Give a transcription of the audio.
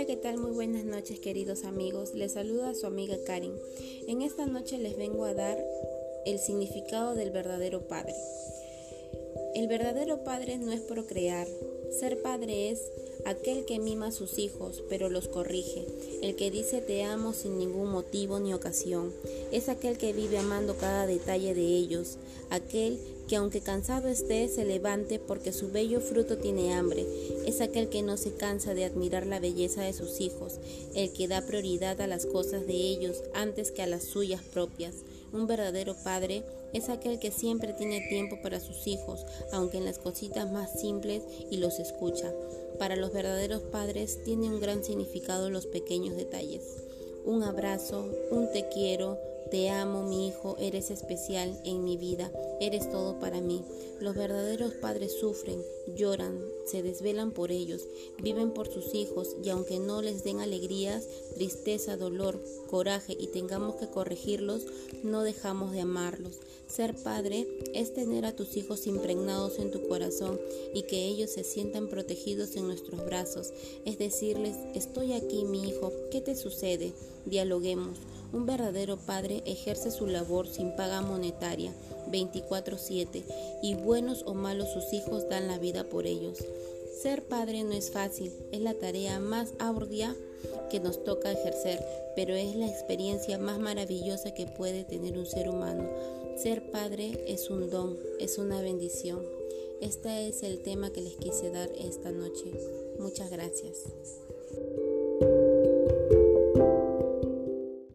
¿qué tal? Muy buenas noches, queridos amigos. Les saluda a su amiga Karen. En esta noche les vengo a dar el significado del verdadero padre. El verdadero padre no es procrear. Ser padre es aquel que mima a sus hijos, pero los corrige. El que dice te amo sin ningún motivo ni ocasión. Es aquel que vive amando cada detalle de ellos. Aquel que aunque cansado esté, se levante porque su bello fruto tiene hambre. Es aquel que no se cansa de admirar la belleza de sus hijos. El que da prioridad a las cosas de ellos antes que a las suyas propias. Un verdadero padre es aquel que siempre tiene tiempo para sus hijos, aunque en las cositas más simples, y los escucha. Para los verdaderos padres tiene un gran significado los pequeños detalles. Un abrazo, un te quiero, te amo mi hijo, eres especial en mi vida, eres todo para mí. Los verdaderos padres sufren, lloran, se desvelan por ellos, viven por sus hijos y aunque no les den alegrías, tristeza, dolor, coraje y tengamos que corregirlos, no dejamos de amarlos. Ser padre es tener a tus hijos impregnados en tu corazón y que ellos se sientan protegidos en nuestros brazos. Es decirles, estoy aquí mi hijo, ¿qué te sucede? Dialoguemos. Un verdadero padre ejerce su labor sin paga monetaria, 24/7, y buenos o malos sus hijos dan la vida por ellos. Ser padre no es fácil, es la tarea más ardua que nos toca ejercer, pero es la experiencia más maravillosa que puede tener un ser humano. Ser padre es un don, es una bendición. Este es el tema que les quise dar esta noche. Muchas gracias.